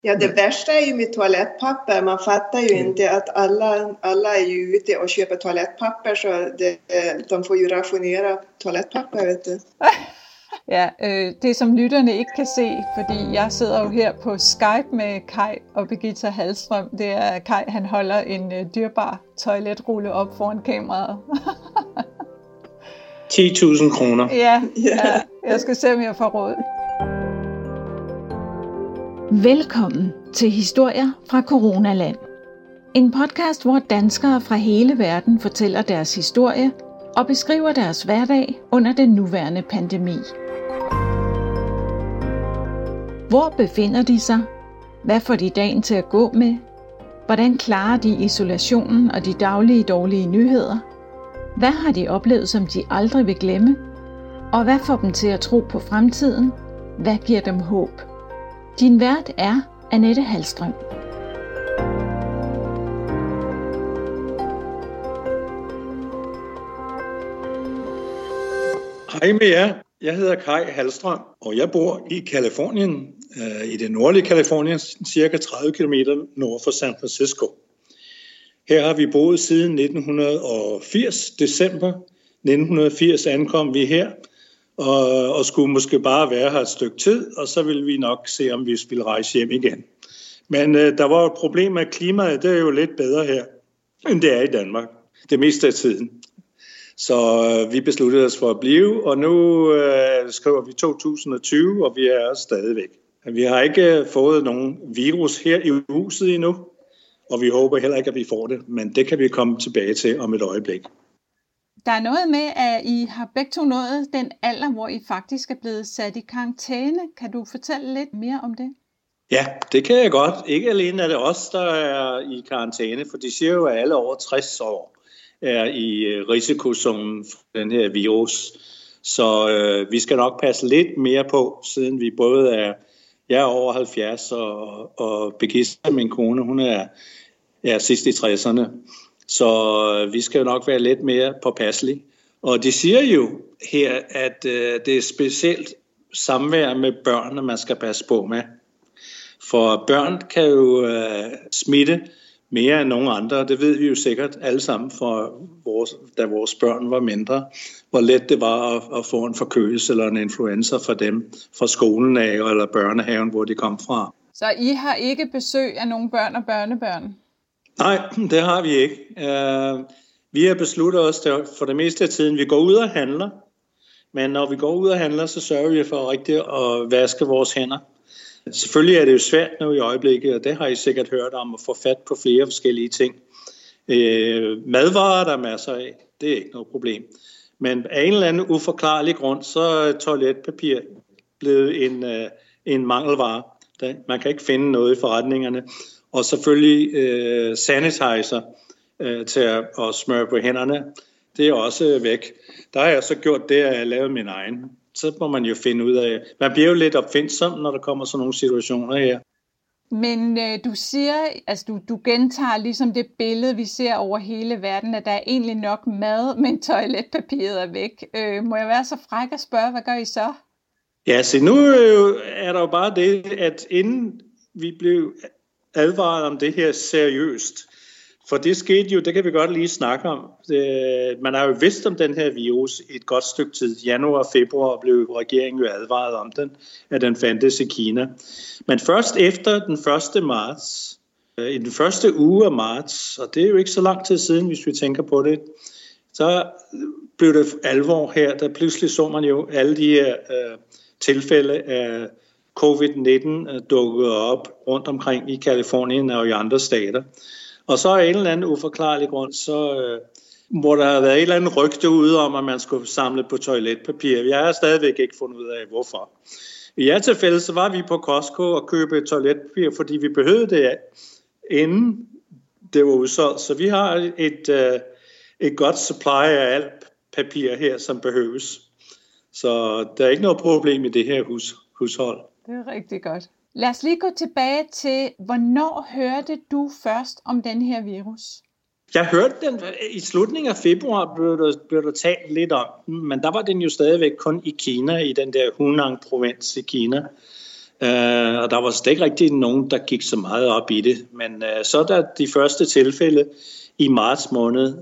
Ja, det värsta är ju med toalettpapper. Man fattar ju inte att alla är ju ute og köper toalettpapper, så de får ju rationera toalettpapper, vet du. Ja, det som lytterne ikke kan se, fordi jeg sidder jo her på Skype med Kai og Birgitta Hallstrøm, det er Kai, han holder en dyrbar toiletrulle op foran kameraet. 10.000 kroner. Ja, jeg skal se, om jeg får råd. Velkommen til Historier fra Coronaland. En podcast, hvor danskere fra hele verden fortæller deres historie og beskriver deres hverdag under den nuværende pandemi. Hvor befinder de sig? Hvad får de dagen til at gå med? Hvordan klarer de isolationen og de daglige dårlige nyheder? Hvad har de oplevet, som de aldrig vil glemme? Og hvad får dem til at tro på fremtiden? Hvad giver dem håb? Din vært er Annette Hallstrøm. Hej med jer. Jeg hedder Kai Hallstrøm, og jeg bor i Kalifornien, i det nordlige Kalifornien, cirka 30 km nord for San Francisco. Her har vi boet siden 1980, december 1980 ankom vi her, og skulle måske bare være her et stykke tid, og så ville vi nok se, om vi ville rejse hjem igen. Men der var et problem med klimaet, det er jo lidt bedre her, end det er i Danmark, det meste af tiden. Så vi besluttede os for at blive, og nu skriver vi 2020, og vi er stadigvæk. Vi har ikke fået nogen virus her i huset endnu, og vi håber heller ikke, at vi får det, men det kan vi komme tilbage til om et øjeblik. Der er noget med, at I har begge to nået den alder, hvor I faktisk er blevet sat i karantæne. Kan du fortælle lidt mere om det? Ja, det kan jeg godt. Ikke alene er det os, der er i karantæne, for de siger jo, at alle over 60 år er i risikozonen for den her virus. Så vi skal nok passe lidt mere på, siden vi både er, jeg er over 70, og Birgitta, min kone, hun er sidst i 60'erne. Så vi skal nok være lidt mere påpasselige. Og de siger jo her, at det er specielt samvær med børn, man skal passe på med. For børn kan jo smitte mere end nogen andre. Det ved vi jo sikkert alle sammen, da vores børn var mindre. Hvor let det var at få en forkølelse eller en influenza for dem, fra skolen af eller børnehaven, hvor de kom fra. Så I har ikke besøg af nogle børn og børnebørn? Nej, det har vi ikke. Vi har besluttet os for det meste af tiden, vi går ud og handler. Men når vi går ud og handler, så sørger vi for rigtigt at vaske vores hænder. Selvfølgelig er det jo svært nu i øjeblikket, og det har I sikkert hørt om, at få fat på flere forskellige ting. Madvarer der er masser af, det er ikke noget problem. Men af en eller anden uforklarlig grund, så er toiletpapir blevet en mangelvare. Man kan ikke finde noget i forretningerne. Og selvfølgelig sanitizer til at smøre på hænderne, det er også væk. Der har jeg så gjort det, at jeg lavede min egen. Så må man jo finde ud af. Man bliver jo lidt opfindsom, når der kommer sådan nogle situationer her. Men du siger, altså du gentager ligesom det billede, vi ser over hele verden, at der er egentlig nok mad, men toiletpapiret er væk. Må jeg være så fræk at spørge, hvad gør I så? Ja, så nu er der jo bare det, at inden vi blev advaret om det her seriøst, for det skete jo, det kan vi godt lige snakke om. Man har jo vidst om den her virus et godt stykke tid. Januar og februar blev regeringen jo advaret om den, at den fandtes i Kina. Men først efter den 1. marts, i den første uge af marts, og det er jo ikke så lang tid siden, hvis vi tænker på det, så blev det alvor her. Der pludselig så man jo alle de her tilfælde af COVID-19 dukket op rundt omkring i Kalifornien og i andre stater. Og så af en eller anden uforklarlig grund, hvor der har været et eller andet rygte ude om, at man skulle samle på toiletpapir. Jeg har stadigvæk ikke fundet ud af, hvorfor. I jeres tilfælde, så var vi på Costco og købte toiletpapir, fordi vi behøvede det, inden det var udsolgt. Så vi har et godt supply af alt papir her, som behøves. Så der er ikke noget problem i det her hushold. Det er rigtig godt. Lad os lige gå tilbage til, hvornår hørte du først om den her virus? Jeg hørte den i slutningen af februar, blev der talt lidt om den, men der var den jo stadigvæk kun i Kina, i den der Hunan-provins i Kina. Og der var slet ikke rigtig nogen, der gik så meget op i det. Men så er der de første tilfælde i marts måned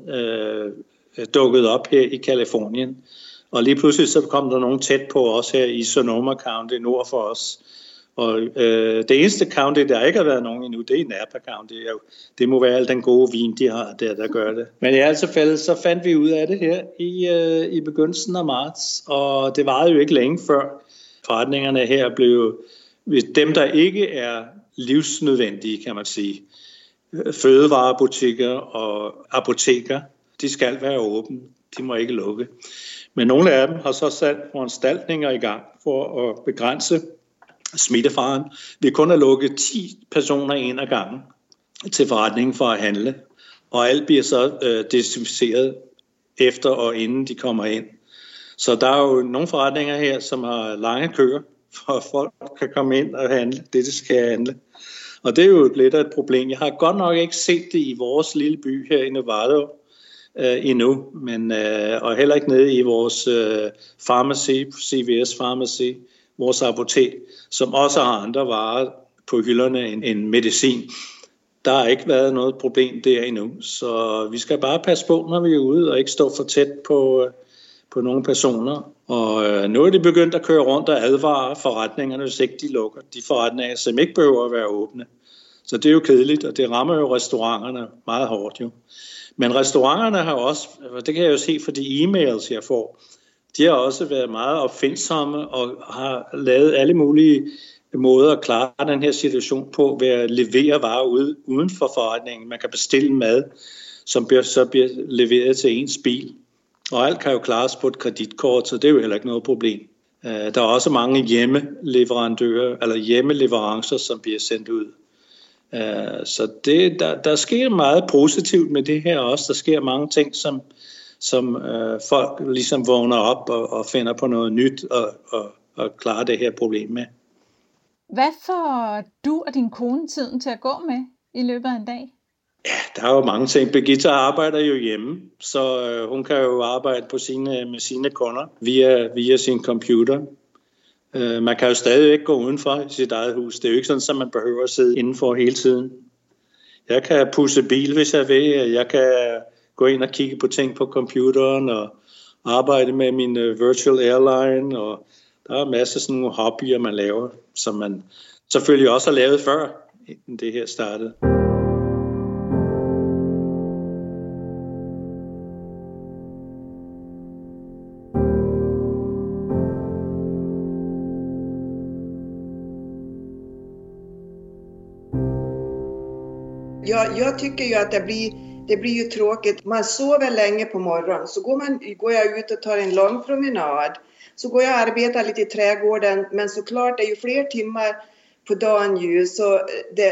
dukket op her i Californien. Og lige pludselig så kom der nogen tæt på os her i Sonoma County nord for os. Og det eneste county, der ikke har været nogen endnu, det er Napa County. Det må være al den gode vin, de har der gør det. Men i alt fald, så fandt vi ud af det her i begyndelsen af marts. Og det varede jo ikke længe før forretningerne her blev dem, der ikke er livsnødvendige, kan man sige. Fødevarebutikker og apoteker, de skal være åbne. De må ikke lukke. Men nogle af dem har så sat foranstaltninger i gang for at begrænse smittefaren. Vi kun har lukket 10 personer ind ad gangen til forretningen for at handle. Og alt bliver så desinficeret efter og inden de kommer ind. Så der er jo nogle forretninger her, som har lange køer, for at folk kan komme ind og handle det, de skal handle. Og det er jo lidt af et problem. Jeg har godt nok ikke set det i vores lille by her i Nevada endnu, men, og heller ikke nede i vores pharmacy, CVS Pharmacy, vores apotek, som også har andre varer på hylderne end medicin. Der har ikke været noget problem der endnu, så vi skal bare passe på, når vi er ude, og ikke stå for tæt på nogle personer. Og nu er de begyndt at køre rundt og advare forretningerne, hvis ikke de lukker. De forretninger, som ikke behøver at være åbne. Så det er jo kedeligt, og det rammer jo restauranterne meget hårdt jo. Men restauranterne har også, det kan jeg jo se for de e-mails, jeg får, de har også været meget opfindsomme og har lavet alle mulige måder at klare den her situation på ved at levere varer uden for forretningen. Man kan bestille mad, som så bliver leveret til ens bil. Og alt kan jo klares på et kreditkort, så det er jo heller ikke noget problem. Der er også mange hjemmeleverandører eller hjemmeleverancer, som bliver sendt ud. Så der sker meget positivt med det her også. Der sker mange ting, som folk ligesom vågner op og finder på noget nyt og klarer det her problem med. Hvad får du og din kone tiden til at gå med i løbet af en dag? Ja, der er jo mange ting. Birgitta arbejder jo hjemme, så hun kan jo arbejde med sine kunder via sin computer. Man kan jo stadig ikke gå udenfor i sit eget hus. Det er jo ikke sådan, at man behøver at sidde indenfor hele tiden. Jeg kan pudse bil, hvis jeg vil. Jeg kan gå ind og kigge på ting på computeren og arbejde med min virtual airline. Og der er masser af sådan nogle hobbyer, man laver, som man selvfølgelig også har lavet før, inden det her startede. Jag tycker ju att det blir ju tråkigt. Man sover länge på morgonen, så går jag ut och tar en lång promenad. Så går jag och arbetar lite i trädgården, men såklart det är ju fler timmar på dagen ju, så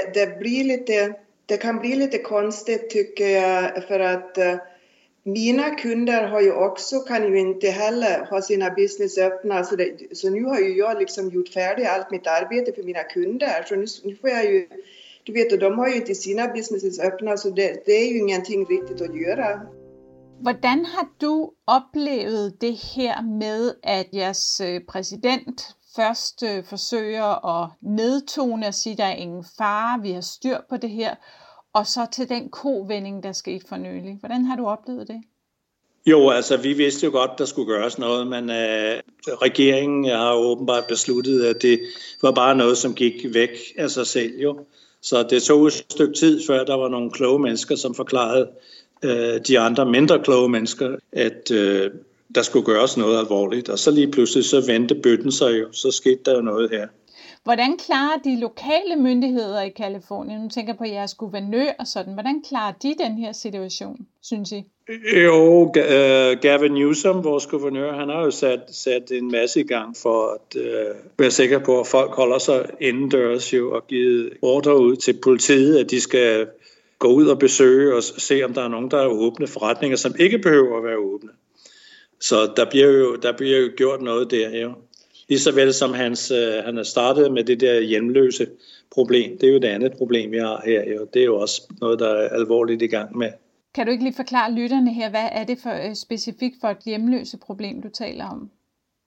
det kan bli lite konstigt tycker jag, för att mina kunder kan ju inte heller ha sina business öppna, så nu har ju jag liksom gjort färdigt allt mitt arbete för mina kunder, så nu får jag ju. Du vet, och de har ju inte sina businesses öppna, så det är ju ingenting riktigt att göra. Hvordan har du oplevet det her med, at jeres præsident først forsøger at nedtone og sige, at der er ingen fare, vi har styr på det her, og så til den kovending, der skete for nylig? Hvordan har du oplevet det? Jo, altså vi vidste jo godt, der skulle gøres noget, men regeringen har åbenbart besluttet, at det var bare noget, som gik væk af sig selv jo. Så det tog et stykke tid, før der var nogle kloge mennesker, som forklarede de andre mindre kloge mennesker, at der skulle gøres noget alvorligt. Og så lige pludselig så vendte bøtten sig jo, så skete der jo noget her. Hvordan klarer de lokale myndigheder i Californien, nu tænker på jeres guvernør og sådan, hvordan klarer de den her situation, synes I? Jo, Gavin Newsom, vores guvernør, han har jo sat en masse i gang for at være sikker på, at folk holder sig indendørs jo, og givet ordre ud til politiet, at de skal gå ud og besøge og se, om der er nogen, der er åbne forretninger, som ikke behøver at være åbne. Så der bliver jo gjort noget der jo. Lige så vel som han har startet med det der hjemløse problem. Det er jo det andet problem, vi har her. Jo. Det er jo også noget, der er alvorligt i gang med. Kan du ikke lige forklare lytterne her, hvad er det for specifikt for et hjemløse problem, du taler om?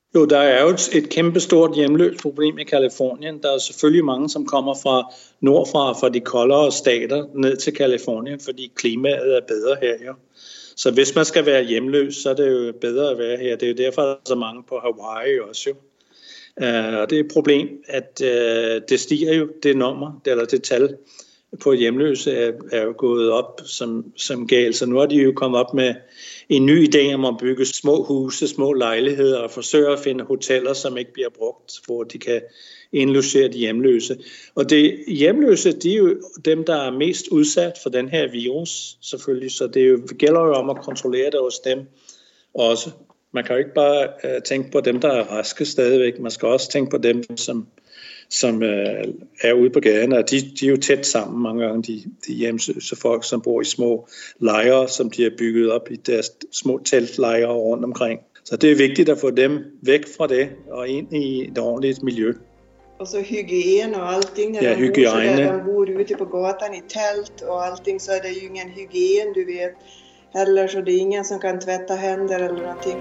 Jo, der er jo et kæmpestort hjemløst problem i Kalifornien. Der er selvfølgelig mange, som kommer fra nordfra, fra de koldere stater, ned til Kalifornien, fordi klimaet er bedre her, jo. Så hvis man skal være hjemløs, så er det jo bedre at være her. Det er jo derfor, der er så mange på Hawaii også, jo. Og det er et problem, at det stiger jo, det nummer, eller det tal på hjemløse er jo gået op som galt. Så nu er de jo kommet op med en ny idé om at bygge små huse, små lejligheder og forsøge at finde hoteller, som ikke bliver brugt, hvor de kan indlogere de hjemløse. Og det hjemløse, de er jo dem, der er mest udsat for den her virus, selvfølgelig. Så det gælder jo om at kontrollere det hos dem også. Man kan jo ikke bare tænke på dem, der er raske stadigvæk. Man skal også tænke på dem, som er ude på gaden, og de er jo tæt sammen mange gange, de hjemløse folk, som bor i små lejre, som de har bygget op i deres små teltlejre rundt omkring. Så det er vigtigt at få dem væk fra det og ind i et ordentligt miljø. Og så hygiene og allting. Ja, hygiene. De bor ute på gatan i telt og allting, så er det jo ingen hygiene, du vet. Heller så det er ingen som kan tvätta händer eller någonting.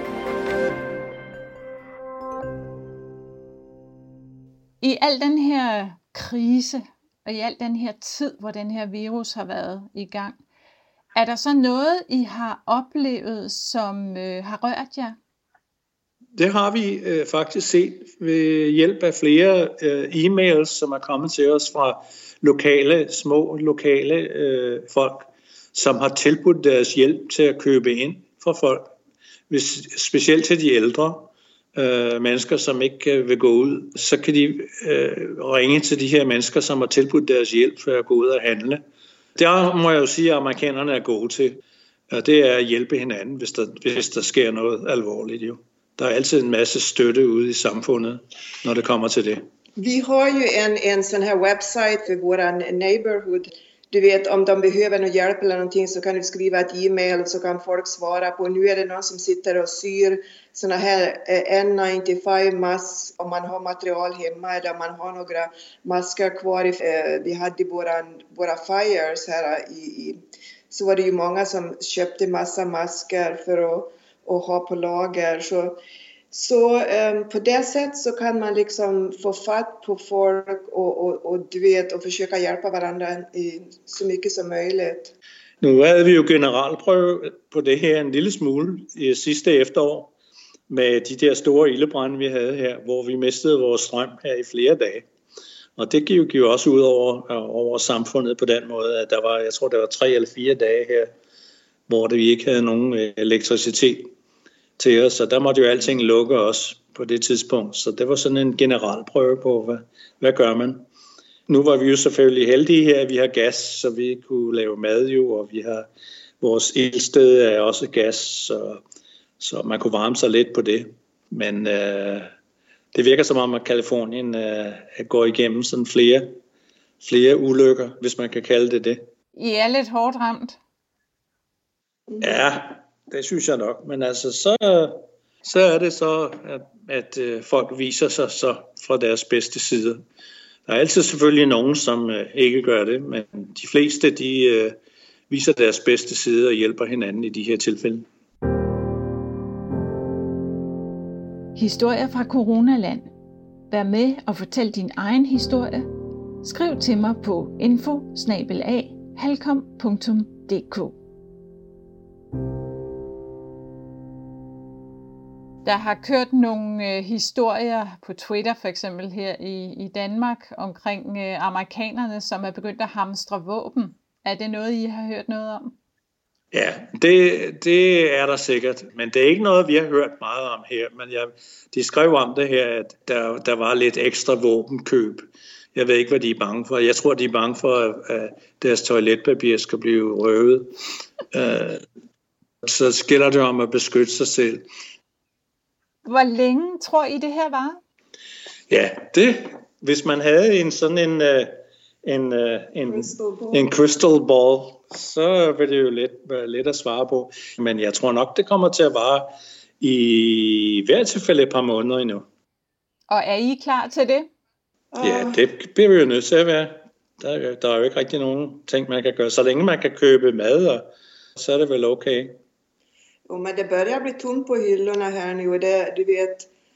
I al den her krise, og i al den her tid, hvor den her virus har været i gang, er der så noget, I har oplevet, som har rørt jer? Det har vi faktisk set ved hjælp af flere e-mails, som er kommet til os fra små lokale folk, som har tilbudt deres hjælp til at købe ind for folk, specielt til de ældre. Mennesker, som ikke vil gå ud, så kan de ringe til de her mennesker, som har tilbudt deres hjælp for at gå ud og handle. Der må jeg jo sige, at amerikanerne er gode til. Det er at hjælpe hinanden, hvis der sker noget alvorligt. Jo. Der er altid en masse støtte ude i samfundet, når det kommer til det. Vi har jo en sån här website för våran neighborhood. Du vet, om de behöver någon hjälp eller någonting så kan du skriva ett e-mail så kan folk svara på. Nu är det någon som sitter och syr såna här N95-mask om man har material hemma eller om man har några masker kvar. Vi hade våra fires här så var det ju många som köpte massa masker för att ha på lager. Så på det sätt så kan man liksom få fatt på folk och du vet och försöka hjälpa varandra så mycket som möjligt. Nu havde vi jo generalprøve på det her en lille smule i sidste efterår med de der store ildebrande, vi havde her, hvor vi mistede vores strøm her i flere dage. Og det gik jo også ud over samfundet på den måde, at jeg tror, der var 3 eller 4 dage her, hvor vi ikke havde nogen elektricitet til os, så der måtte jo alting lukke også på det tidspunkt. Så det var sådan en generalprøve på, hvad gør man. Nu var vi jo selvfølgelig heldige her, at vi har gas, så vi kunne lave mad jo, og vi har vores ildsted er også gas, så man kunne varme sig lidt på det. Men det virker som om, at Kalifornien går igennem sådan flere ulykker, hvis man kan kalde det det. I er lidt hårdt ramt. Ja, det synes jeg nok. Men altså, så er det så, at folk viser sig så fra deres bedste side. Der er altid selvfølgelig nogen, som ikke gør det, men de fleste, de viser deres bedste side og hjælper hinanden i de her tilfælde. Historier fra Coronaland. Vær med og fortæl din egen historie. Skriv til mig på info@halkom.dk. Der har kørt nogle historier på Twitter, for eksempel her i Danmark, omkring amerikanerne, som er begyndt at hamstre våben. Er det noget, I har hørt noget om? Ja, det er der sikkert, men det er ikke noget, vi har hørt meget om her. Men de skrev om det her, at der var lidt ekstra våbenkøb. Jeg ved ikke, hvad de er bange for. Jeg tror, de er bange for, at deres toiletpapir skal blive røvet. Så gælder det om at beskytte sig selv. Hvor længe tror I, det her var? Ja, hvis man havde en sådan en crystal ball, så vil det jo være let at svare på. Men jeg tror nok, det kommer til at vare i hvert tilfælde et par måneder endnu. Og er I klar til det? Ja, det bliver vi jo nødt til at være. Der er jo ikke rigtig nogen ting, man kan gøre. Så længe man kan købe mad, så er det vel okay. Jo, men det börjar bli tomt på hyllorna här nu och du vet,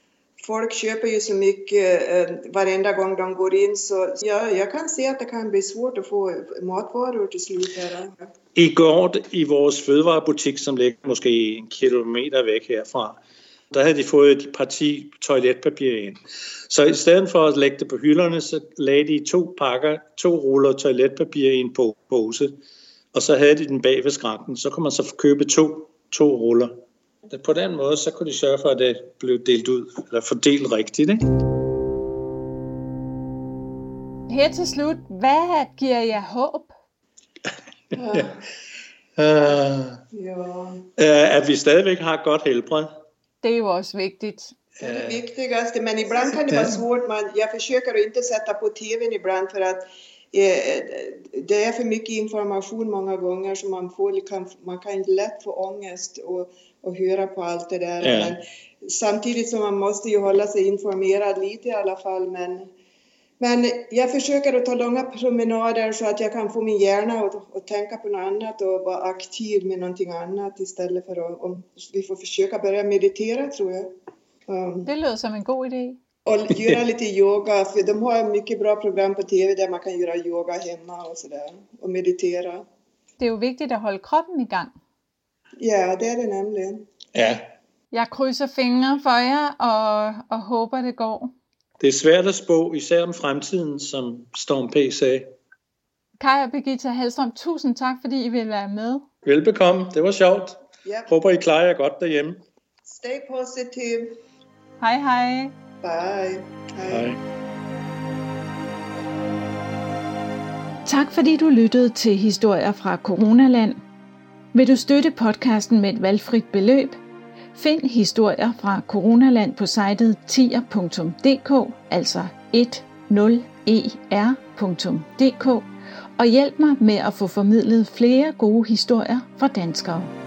folk köper ju så mycket varenda gång de går in, så jag kan se att det kan bli svårt att få matvaror till slut. Igår i vores fødevarebutik, som ligger måske 1 kilometer væk herfra, der havde de fået et parti toiletpapir ind. Så i stedet for at lægge det på hylderne, så lagde de 2 ruller toiletpapir i en pose, og så havde de den bag ved skranken. Så kunne man så købe to ruller. På den måde, så kunne de sørge for, at det blev delt ud, eller fordelt rigtigt, ikke? Her til slut, hvad giver jer håb? At vi stadigvæk har godt helbred. Det är ju också viktigt. Det är det viktigaste, men ibland kan det vara svårt. Jag försöker att inte sätta på tvn ibland för att det är för mycket information många gånger, så man kan lätt få ångest och höra på allt det där. Ja. Men samtidigt som man måste ju hålla sig informerad lite i alla fall. Men jag försöker att ta långa promenader så att jag kan få min hjärna att tänka på något annat och vara aktiv med någonting annat istället för att vi får försöka börja meditera, tror jag. Det låter som en god idé. Och göra lite yoga, för de har mycket bra program på tv där man kan göra yoga hemma och sådär och meditera. Det är ju viktigt att hålla kroppen i gang. Ja, det är det nämligen. Ja. Jeg krydser fingre for jer og håber det går. Det er svært at spå, især om fremtiden, som Storm P. sagde. Kaj og Birgitta Hallstrøm, tusind tak, fordi I ville være med. Velbekomme, det var sjovt. Ja. Håber, I klarer jer godt derhjemme. Stay positive. Hej hej. Bye. Hej. Tak fordi du lyttede til Historier fra Coronaland. Vil du støtte podcasten med et valgfrit beløb? Find historier fra Coronaland på sitet tier.dk, altså 10er.dk, og hjælp mig med at få formidlet flere gode historier fra danskere.